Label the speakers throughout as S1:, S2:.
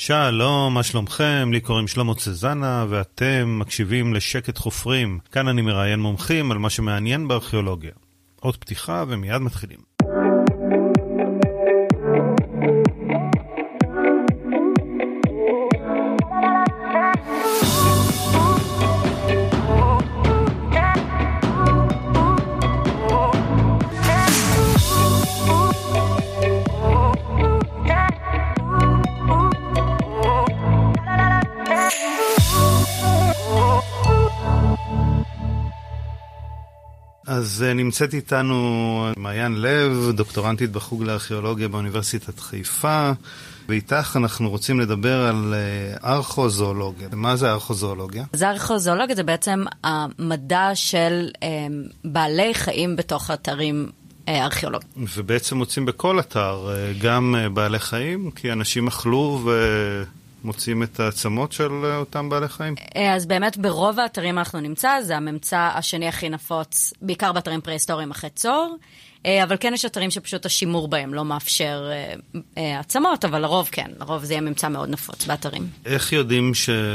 S1: שלום, מה שלומכם? לי קוראים שלמה צזנה, ואתם מקשיבים לשקט חופרים. כאן אני מראיין מומחים על מה שמעניין בארכיאולוגיה. עוד פתיחה ומיד מתחילים. אז נמצאת איתנו מעיין לב, דוקטורנטית בחוג לארכיאולוגיה באוניברסיטת חיפה, ואיתך אנחנו רוצים לדבר על ארכוזואולוגיה. מה זה ארכוזואולוגיה?
S2: ארכוזואולוגיה זה בעצם המדע של בעלי חיים בתוך אתרים ארכיאולוגיים.
S1: ובעצם מוצאים בכל אתר גם בעלי חיים, כי אנשים אכלו מוצאים את העצמות של אותם בעלי חיים?
S2: אז באמת ברוב האתרים אנחנו נמצא, זה הממצא השני הכי נפוץ, בעיקר באתרים פרה-היסטוריים אחרי צור, אבל כן יש אתרים שפשוט השימור בהם לא מאפשר עצמות, אבל לרוב כן, לרוב זה יהיה ממצא מאוד נפוץ באתרים.
S1: איך יודעים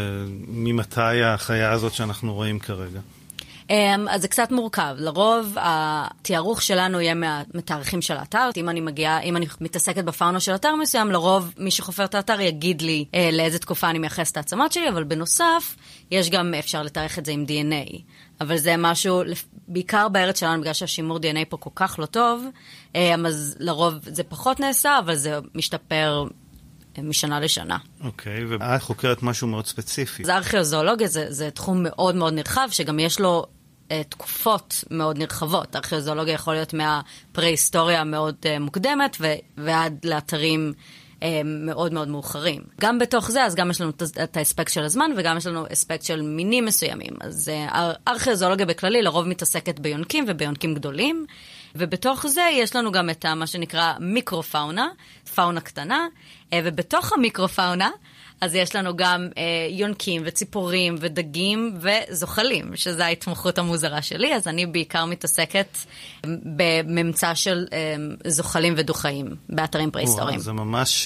S1: ממתי החיה הזאת שאנחנו רואים כרגע?
S2: אז זה קצת מורכב. לרוב, התיארוך שלנו יהיה מהתאריכים של האתר. אם אני מתעסקת בפאונה של אתר מסוים, לרוב מי שחופר את האתר יגיד לי לאיזה תקופה אני מייחס את העצמות שלי, אבל בנוסף, יש גם אפשר לתארך את זה עם DNA. אבל זה משהו, בעיקר בארץ שלנו, בגלל שהשימור DNA פה כל כך לא טוב, אז לרוב זה פחות נעשה, אבל זה משתפר משנה לשנה.
S1: אוקיי, ואת חוקרת משהו מאוד ספציפי.
S2: זה ארכיאוזואולוגיה, זה תחום מאוד מאוד נרחב, שגם יש לו תקופות מאוד נרחבות. ארכיאוזואולוגיה יכול להיות מהפרה-היסטוריה המאוד מוקדמת, ועד לאתרים מאוד מאוד מאוחרים. גם בתוך זה, אז גם יש לנו את האספקט של הזמן, וגם יש לנו אספקט של מינים מסוימים. אז ארכיאוזואולוגיה בכללי לרוב מתעסקת ביונקים וביונקים גדולים, ובתוך זה יש לנו גם את מה שנקרא מיקרופאונה, פאונה קטנה, ובתוך המיקרופאונה, אז יש לנו גם יונקים וציפורים ודגים וזוחלים, שזו ההתמחות המוזרה שלי, אז אני בעיקר מתעסקת בממצא של זוחלים ודוחאים באתרים פרה-היסטוריים.
S1: זה ממש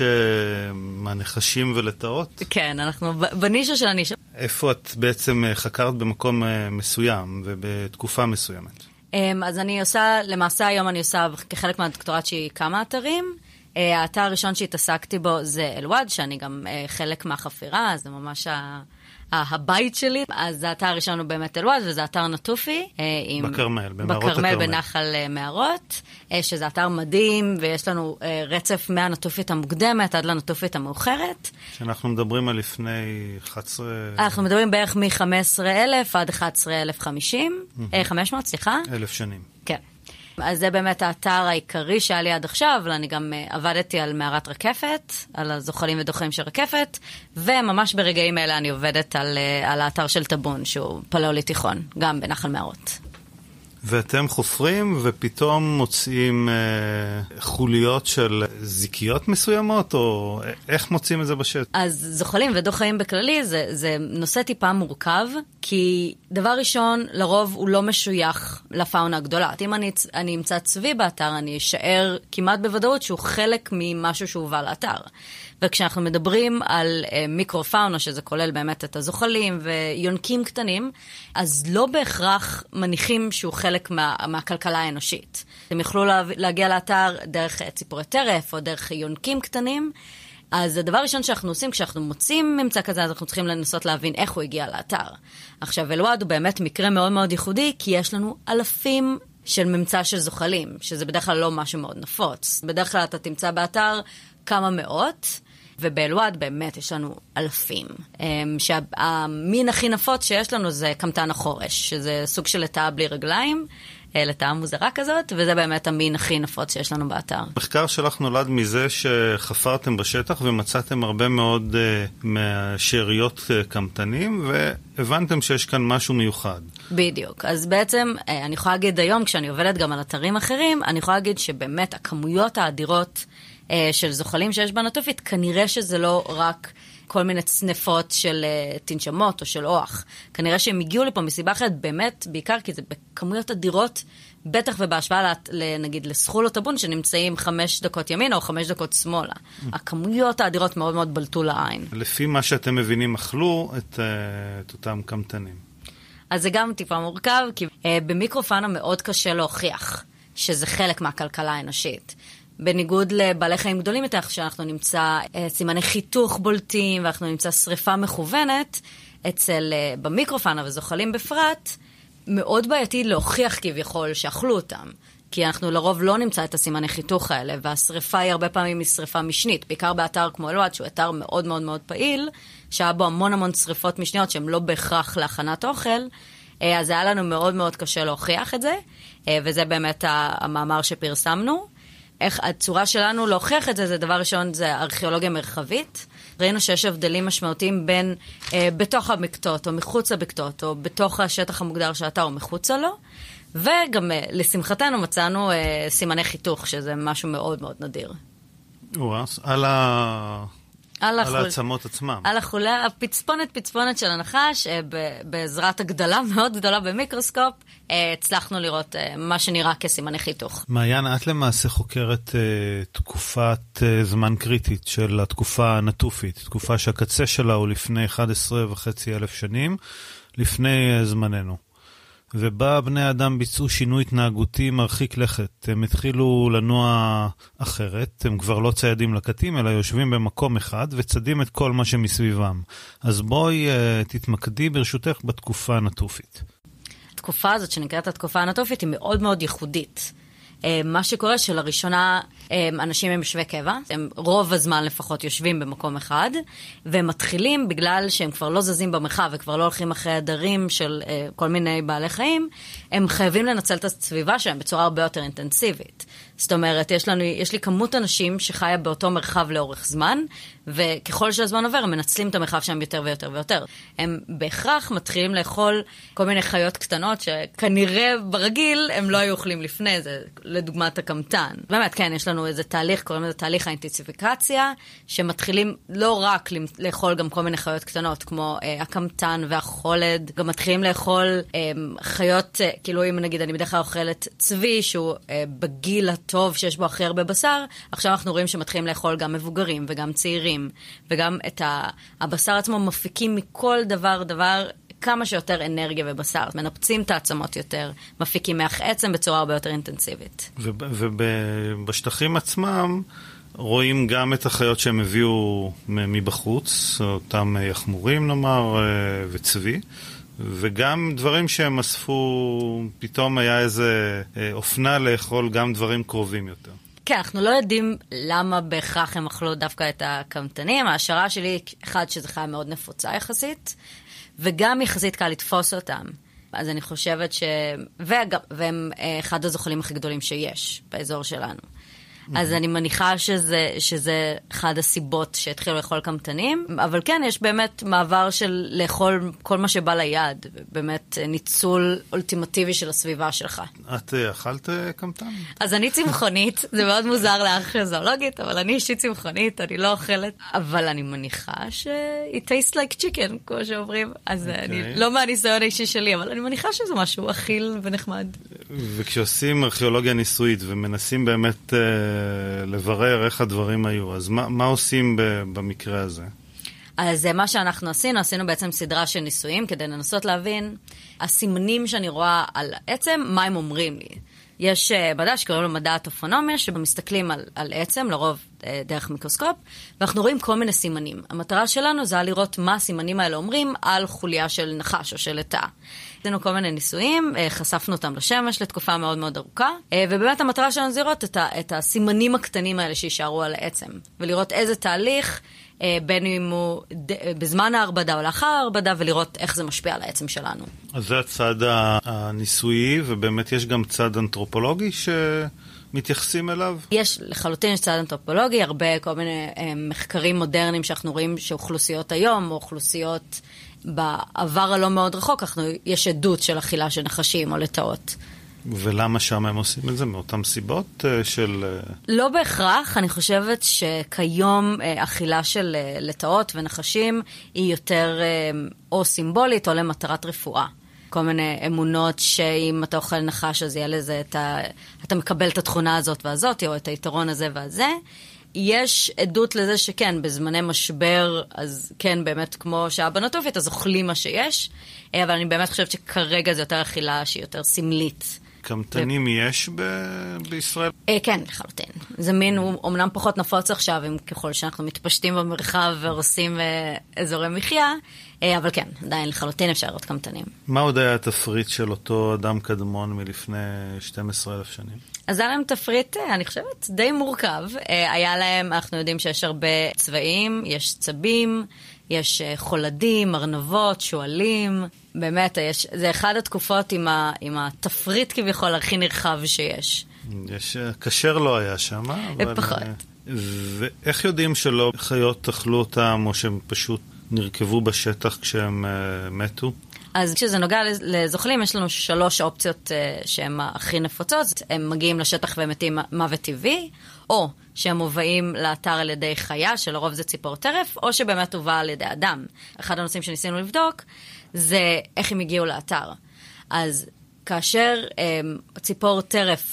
S1: מהנחשים ולטאות?
S2: כן, אנחנו בנישה של הנישה.
S1: איפה את בעצם חקרת במקום מסוים ובתקופה מסוימת?
S2: אז אני עושה, למעשה היום אני עושה כחלק מהדוקטורט שהיא כמה אתרים. האתר הראשון שהתעסקתי בו זה אלוואד, שאני גם חלק מהחפירה, זה ממש הבית שלי. אז האתר הראשון הוא באמת אלוואד, וזה אתר נטופי.
S1: בקרמל, במערות הכרמל.
S2: בקרמל בנחל מערות, שזה אתר מדהים, ויש לנו רצף מהנטופית המוקדמת עד לנטופית המאוחרת.
S1: שאנחנו מדברים על לפני 11...
S2: אנחנו מדברים בערך מ-15,000 עד 11,050, 500, סליחה.
S1: 1,000 שנים.
S2: כן. אז זה באמת האתר העיקרי שהיה לי עד עכשיו, אבל אני גם עבדתי על מערת רקפת, על הזוחלים ודוחים של רקפת, וממש ברגעים אלה אני עובדת על האתר של טבון, שהוא פלאוליתיכון, גם בנחל מערות.
S1: ואתם חופרים ופתאום מוצאים חוליות של זיקיות מסוימות, או איך מוצאים את זה בשטח? אז
S2: זוחלים ודוחים בכללי זה נושא טיפה מורכב, כי דבר ראשון, לרוב הוא לא משוייך לפאונה הגדולה. אם אני אמצא צבי באתר, אני אשאר כמעט בוודאות שהוא חלק ממשהו שהובא לאתר. וכשאנחנו מדברים על מיקרופאונה, שזה כולל באמת את הזוחלים ויונקים קטנים, אז לא בהכרח מניחים שהוא חלק מהכלכלה האנושית. הם יכלו להגיע לאתר דרך ציפורי טרף או דרך יונקים קטנים. אז הדבר ראשון שאנחנו עושים, כשאנחנו מוצאים ממצא כזה, אז אנחנו צריכים לנסות להבין איך הוא הגיע לאתר. עכשיו, אלוואד הוא באמת מקרה מאוד מאוד ייחודי, כי יש לנו אלפים של ממצא של זוחלים, שזה בדרך כלל לא משהו מאוד נפוץ. בדרך כלל אתה תמצא באתר כמה מאות, ובאלוואד באמת יש לנו אלפים. שהמין הכי נפוץ שיש לנו זה קמטן החורש, שזה סוג של לטאה בלי רגליים, לטאה מוזרה כזאת, וזה באמת המין הכי נפוץ שיש לנו באתר. המחקר
S1: שלך נולד מזה שחפרתם בשטח ומצאתם הרבה מאוד מהשאריות קמטנים, והבנתם שיש כאן משהו מיוחד.
S2: בדיוק. אז בעצם אני יכולה להגיד היום, כשאני עובדת גם על אתרים אחרים, אני יכולה להגיד שבאמת הכמויות האדירות של זוחלים שיש בנטופית, כנראה שזה לא רק כל מיני צנפות של תנשמות או של אוח. כנראה שהם הגיעו לפה מסיבה אחרת, באמת, בעיקר כי זה בכמויות אדירות בטח ובהשוואה, נגיד, לסחול או טבון, שנמצאים 5 דקות ימין או 5 דקות שמאלה. הכמויות האדירות מאוד מאוד בלטו לעין.
S1: לפי מה שאתם מבינים, אכלו את אותם קמטנים.
S2: אז זה גם טיפה מורכב, כי במיקרופאונה מאוד קשה להוכיח שזה חלק מהכלכלה האנושית. בניגוד לבעלי חיים גדולים יותר, שאנחנו נמצא סימני חיתוך בולטים, ואנחנו נמצא שריפה מכוונת, במיקרופאונה וזוחלים בפרט, מאוד בעייתי להוכיח כביכול שאכלו אותם. כי אנחנו לרוב לא נמצא את הסימני חיתוך האלה, והשריפה היא הרבה פעמים שריפה משנית, בעיקר באתר כמו אלוהד, שהוא אתר מאוד מאוד מאוד פעיל, שהיה בו המון שריפות משניות, שהן לא בהכרח להכנת אוכל, אז היה לנו מאוד מאוד קשה להוכיח את זה, וזה באמת המאמר שפרסמנו. איך הצורה שלנו להוכיח את זה, זה דבר ראשון, זה ארכיאולוגיה מרחבית. ראינו שיש הבדלים משמעותיים בין בתוך המקטות, או מחוץ לבקטות, או בתוך השטח המוגדר שאתה, או מחוצה לו. וגם לשמחתנו מצאנו סימני חיתוך, שזה משהו מאוד מאוד נדיר.
S1: על העצמות עצמם.
S2: על החולה, פצפונת של הנחש, בעזרת הגדלה מאוד גדולה במיקרוסקופ, הצלחנו לראות מה שנראה כסימני חיתוך.
S1: מעיין, את למעשה חוקרת תקופת זמן קריטית של התקופה הנטופית, תקופה שהקצה שלה הוא לפני 11,500 שנים, לפני זמננו. ובה בני האדם ביצעו שינוי התנהגותי מרחיק לכת. הם התחילו לנוע אחרת, הם כבר לא ציידים לקטים, אלא יושבים במקום אחד וצדים את כל מה שמסביבם. אז בואי תתמקדי ברשותך בתקופה הנטופית.
S2: התקופה הזאת שנקראת התקופה הנטופית היא מאוד מאוד ייחודית. מה שקורה שלראשונה אנשים הם שווה קבע, הם רוב הזמן לפחות יושבים במקום אחד, והם מתחילים בגלל שהם כבר לא זזים במרחב וכבר לא הולכים אחרי הדרים של כל מיני בעלי חיים, הם חייבים לנצל את הסביבה שלהם בצורה הרבה יותר אינטנסיבית. זאת אומרת, יש לי כמות אנשים שחיה באותו מרחב לאורך זמן, וככל שהזמן עובר, הם מנצלים את המרחב שלהם יותר ויותר ויותר. הם בהכרח מתחילים לאכול כל מיני חיות קטנות, שכנראה ברגיל הם לא היו אוכלים לפני זה, לדוגמת הקמטן. באמת, כן, יש לנו איזה תהליך, קוראים לזה תהליך האינטנסיפיקציה, שמתחילים לא רק לאכול גם כל מיני חיות קטנות, כמו הקמטן והחולד, גם מתחילים לאכול חיות, כאילו אם נגיד, אני בדרך כלל אוכלת צבי, שהוא בגיל הטוב שיש בו הכי הרבה בשר, עכשיו אנחנו רואים שמתחילים לאכול גם מבוגרים וגם צעירים, וגם את הבשר עצמו מפיקים מכל דבר כמה שיותר אנרגיה ובשר, מנפצים את העצמות יותר, מפיקים מח עצם בצורה הרבה יותר אינטנסיבית.
S1: ובשטחים עצמם רואים גם את החיות שהם הביאו מבחוץ, אותם יחמורים נאמר, וצבי, וגם דברים שהם אספו, פתאום היה איזה אופנה לאכול גם דברים קרובים יותר.
S2: כן, אנחנו לא יודעים למה בהכרח הם אכלו דווקא את הקמטנים. ההשערה שלי, אחד, שזה חיה מאוד נפוצה יחסית, וגם יחסית קל לתפוס אותם. אז אני חושבת והם אחד הזוחלים הכי גדולים שיש באזור שלנו. אז אני מניחה שזה אחד הסיבות שהתחילו לאכול קמטנים, אבל כן, יש באמת מעבר של לאכול כל מה שבא ליד, באמת ניצול אולטימטיבי של הסביבה שלך.
S1: את אכלת קמטן?
S2: אז אני צמחונית, זה מאוד מוזר לארכיאולוגית, אבל אני אישית צמחונית, אני לא אוכלת, אבל אני מניחה it tastes like chicken, כמו שאומרים, אז אני לא מהניסיון האישי שלי, אבל אני מניחה שזה משהו אכיל ונחמד.
S1: וכשעושים ארכיאולוגיה ניסויית ומנסים באמת לברר איך הדברים היו, אז מה עושים במקרה הזה?
S2: אז מה שאנחנו עשינו בעצם סדרה של ניסויים, כדי לנסות להבין הסימנים שאני רואה על עצם, מה הם אומרים לי. יש מדע שקוראים לו מדע הטופונומיה, שמסתכלים על עצם, לרוב דרך מיקרוסקופ, ואנחנו רואים כל מיני סימנים. המטרה שלנו זה לראות מה הסימנים האלה אומרים על חוליה של נחש או של לתאה. עשינו כל מיני ניסויים, חשפנו אותם לשמש לתקופה מאוד מאוד ארוכה, ובאמת המטרה שלנו זה לראות את הסימנים הקטנים האלה שישארו על העצם, ולראות איזה תהליך, בין אם הוא בזמן ההרבדה או לאחר ההרבדה, ולראות איך זה משפיע על העצם שלנו.
S1: אז זה הצד הניסויי, ובאמת יש גם צד אנתרופולוגי מתייחסים אליו?
S2: יש לחלוטין צד אנתרופולוגי, הרבה כל מיני מחקרים מודרניים שאנחנו רואים שאוכלוסיות היום, או אוכלוסיות בעבר הלא מאוד רחוק, יש עדות של אכילה של נחשים או לתאות.
S1: ולמה שם הם עושים את זה? מאותן סיבות של...
S2: לא בהכרח, אני חושבת שכיום אכילה של לתאות ונחשים היא יותר או סימבולית או למטרת רפואה. כל מיני אמונות שאם אתה אוכל נחש אז יהיה לזה אתה מקבל את התכונה הזאת והזאת, או את היתרון הזה והזה. יש עדות לזה שכן, בזמני משבר, אז כן, באמת כמו שהבנטופית, אז אוכלים מה שיש, אבל אני באמת חושבת שכרגע זה יותר אכילה שהיא יותר סמלית.
S1: קמטנים יש בישראל?
S2: כן, לחלוטין. זה מין, הוא אומנם פחות נפוץ עכשיו, ככל שאנחנו מתפשטים במרחב ועושים אזורי מחיה, אבל כן, עדיין לחלוטין אפשר לראות קמטנים.
S1: מה עוד היה התפריט של אותו אדם קדמון מלפני 12,000 שנים?
S2: אז היה להם תפריט, אני חושבת, די מורכב. היה להם, אנחנו יודעים שיש הרבה צבעים, יש צבים, יש חולדים, ארנבות, שואלים. באמת, זה אחד התקופות עם התפריט כביכול הכי נרחב שיש.
S1: כשר לא היה שם, אבל...
S2: פחות.
S1: ואיך יודעים שלא חיות אכלו אותם, או שהם פשוט נרכבו בשטח כשהם מתו?
S2: אז כשזה נוגע לזוחלים, יש לנו 3 אופציות שהן הכי נפוצות. הם מגיעים לשטח והם מתים מוות טבעי, או שהם מובאים לאתר על ידי חיה, שלרוב זה ציפור טרף, או שבאמת הובא על ידי אדם. אחד הנושאים שניסינו לבדוק, זה איך הם הגיעו לאתר. אז כאשר ציפור טרף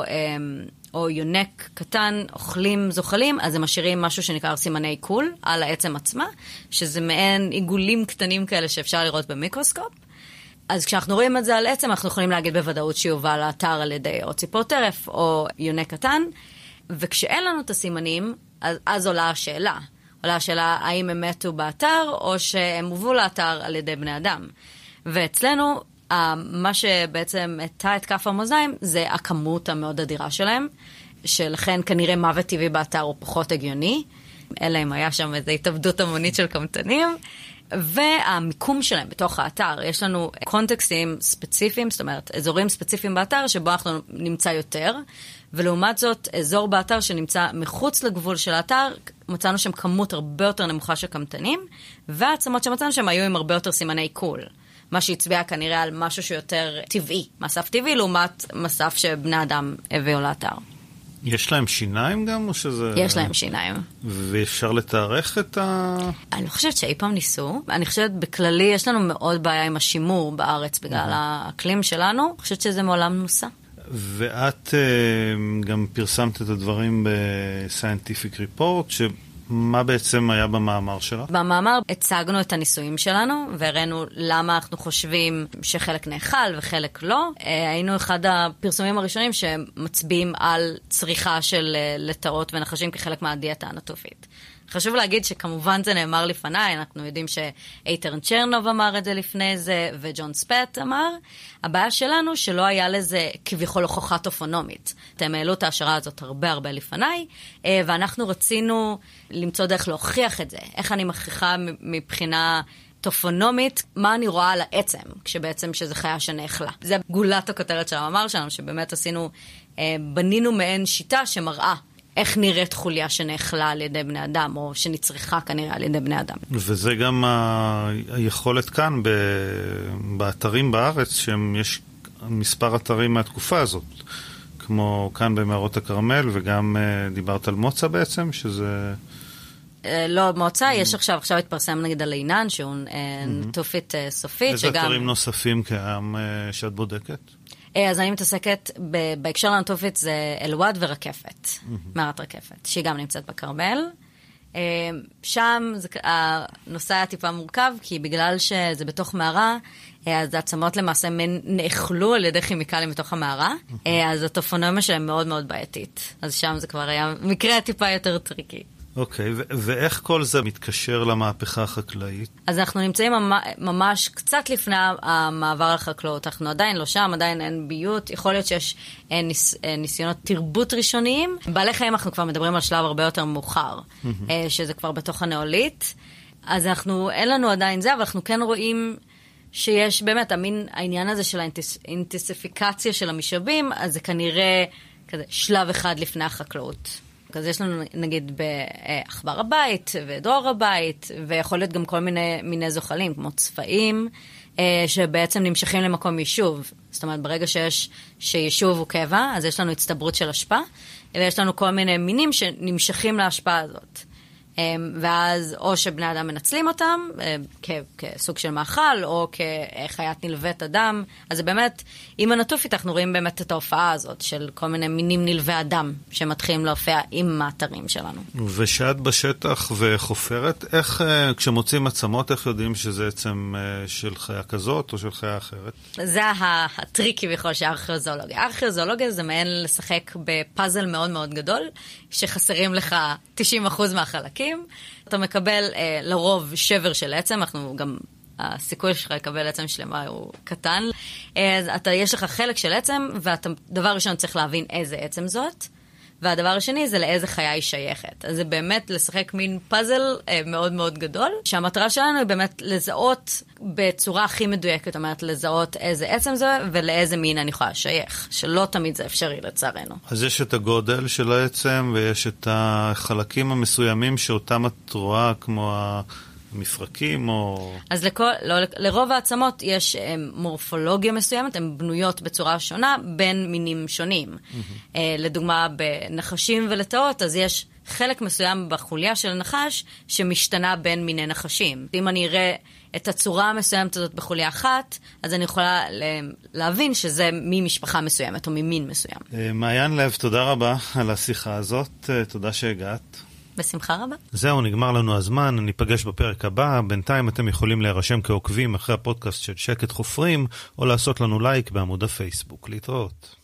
S2: או יונק קטן אוכלים זוחלים, אז הם משאירים משהו שנקרא סימני עיכול על העצם עצמה, שזה מעין עיגולים קטנים כאלה שאפשר לראות במיקרוסקופ. אז כשאנחנו רואים את זה על עצם, אנחנו יכולים להגיד בוודאות שיובל לאתר על ידי או ציפור טרף או יונק קטן, וכשאין לנו את הסימנים, אז עולה השאלה. עולה השאלה האם הם מתו באתר או שהם הובאו לאתר על ידי בני אדם. ואצלנו, מה שבעצם הייתה את כף המאזניים, זה הכמות המאוד אדירה שלהם, שלכן כנראה מוות טבעי באתר הוא פחות הגיוני, אלא אם היה שם איזו התאבדות המונית של קמטנים, והמיקום שלהם בתוך האתר, יש לנו קונטקסטים ספציפיים, זאת אומרת, אזורים ספציפיים באתר שבו אנחנו נמצא יותר, ולעומת זאת, אזור באתר שנמצא מחוץ לגבול של האתר, מצאנו שם כמות הרבה יותר נמוכה של קמטנים, והעצמות שמצאנו שם היו עם הרבה יותר סימני עיכול. מה שהצביע כנראה על משהו שיותר טבעי, מסף טבעי, לעומת מסף שבני אדם הביאו לאתר.
S1: יש להם שיניים גם, או שזה...
S2: יש להם שיניים.
S1: ואפשר לתארך את
S2: אני לא חושבת שאי פעם ניסו. אני חושבת בכללי, יש לנו מאוד בעיה עם השימור בארץ, בגלל האקלים שלנו. אני חושבת שזה מעולם נוסע.
S1: ואת גם פרסמת את הדברים ב-Scientific Report, מה בעצם היה במאמר שלך?
S2: במאמר הצגנו את הניסויים שלנו, והראינו למה אנחנו חושבים שחלק נאכל וחלק לא. היינו אחד הפרסומים הראשונים שמצביעים על צריכה של לטאות ונחשים כחלק מהדיאטה הנטופית. חשוב להגיד שכמובן זה נאמר לפניי, אנחנו יודעים שאייטרן צ'רנוב אמר את זה לפני זה, וג'ון ספט אמר. הבעיה שלנו שלא היה לזה כביכול הוכחה טופונומית. אתם העלו את ההשערה הזאת הרבה לפניי, ואנחנו רצינו למצוא דרך להוכיח את זה. איך אני מכריחה מבחינה טופונומית, מה אני רואה על העצם, כשבעצם שזה חיה שנאכלה. זה גולת הכותרת של המאמר שלנו, שבאמת עשינו, בנינו מעין שיטה שמראה איך נראית חוליה שנאכלה על ידי בני אדם, או שנצריכה כנראה על ידי בני אדם.
S1: וזה גם היכולת כאן באתרים בארץ, שיש מספר אתרים מהתקופה הזאת, כמו כאן במערות הכרמל, וגם דיברת על מוצא בעצם, שזה...
S2: לא מוצא, יש עכשיו התפרסם נגיד על עינן, שהוא נטופית סופית.
S1: איזה אתרים נוספים קיים שאת בודקת?
S2: אז אני מתעסקת, בהקשר לנטופית זה אלוואד ורקפת, מערת רקפת, שהיא גם נמצאת בכרמל. שם הנושא היה טיפה מורכב, כי בגלל שזה בתוך מערה, אז העצמות למעשה נאכלו על ידי כימיקלים בתוך המערה, אז הטופונומיה שלהם מאוד מאוד בעייתית. אז שם זה כבר היה מקרה טיפה יותר טריקי.
S1: אוקיי, ואיך כל זה מתקשר למהפכה החקלאית?
S2: אז אנחנו נמצאים ממש קצת לפני המעבר לחקלאות. אנחנו עדיין לא שם, עדיין אין ביות. יכול להיות שיש ניסיונות תרבות ראשוניים. בעלי חיים אנחנו כבר מדברים על שלב הרבה יותר מאוחר, שזה כבר בתוך הנאולית. אז אין לנו עדיין זה, אבל אנחנו כן רואים שיש באמת, העניין הזה של האינטנסיפיקציה של המשאבים, אז זה כנראה כזה שלב אחד לפני החקלאות. אז יש לנו נגיד באחבר הבית ודרור הבית, ויכול להיות גם כל מיני זוחלים, כמו צבעים, שבעצם נמשכים למקום יישוב. זאת אומרת, ברגע שיישוב הוא קבע, אז יש לנו הצטברות של השפעה, ויש לנו כל מיני מינים שנמשכים להשפעה הזאת. ואז או שבני אדם מנצלים אותם כסוג של מאכל, או כחיית נלוות אדם. אז זה באמת, עם הנטוף אנחנו רואים באמת את ההופעה הזאת של כל מיני מינים נלווי אדם שמתחילים להופיע עם האתרים שלנו.
S1: ושאת בשטח וחופרת, איך כשמוצאים עצמות, איך יודעים שזה עצם של חיה כזאת או של חיה אחרת?
S2: זה הטריקי בכל שהארכיאוזולוגיה. הארכיאוזולוגיה זה מעין לשחק בפאזל מאוד מאוד גדול, שחסרים לך 90% מהחלקים. אתה מקבל לרוב שבר של עצם, אנחנו גם, הסיכוי שלך לקבל עצם שלמה הוא קטן. אז יש לך חלק של עצם, ואתה דבר ראשון צריך להבין איזה עצם זאת, והדבר השני זה לאיזה חיה היא שייכת. אז זה באמת לשחק מין פאזל מאוד מאוד גדול, שהמטרה שלנו היא באמת לזהות בצורה הכי מדויקת, זאת אומרת לזהות איזה עצם זה ולאיזה מין אני יכולה לשייך, שלא תמיד זה אפשרי לצערנו.
S1: אז יש את הגודל של העצם ויש את החלקים המסוימים שאותם את רואה כמו מפרקים או...
S2: אז לרוב העצמות יש מורפולוגיה מסוימת, הן בנויות בצורה שונה בין מינים שונים. לדוגמה, בנחשים ולטאות, אז יש חלק מסוים בחוליה של נחש שמשתנה בין מיני נחשים. אם אני אראה את הצורה המסוימת הזאת בחוליה אחת, אז אני יכולה להבין שזה ממשפחה מסוימת או ממין מסוים.
S1: מעיין לב, תודה רבה על השיחה הזאת, תודה שהגעת.
S2: בשמחה רבה.
S1: זהו, נגמר לנו הזמן, ניפגש בפרק הבא. בינתיים אתם יכולים להירשם כעוקבים אחרי הפודקאסט של שקט חופרים, או לעשות לנו לייק בעמוד הפייסבוק. להתראות.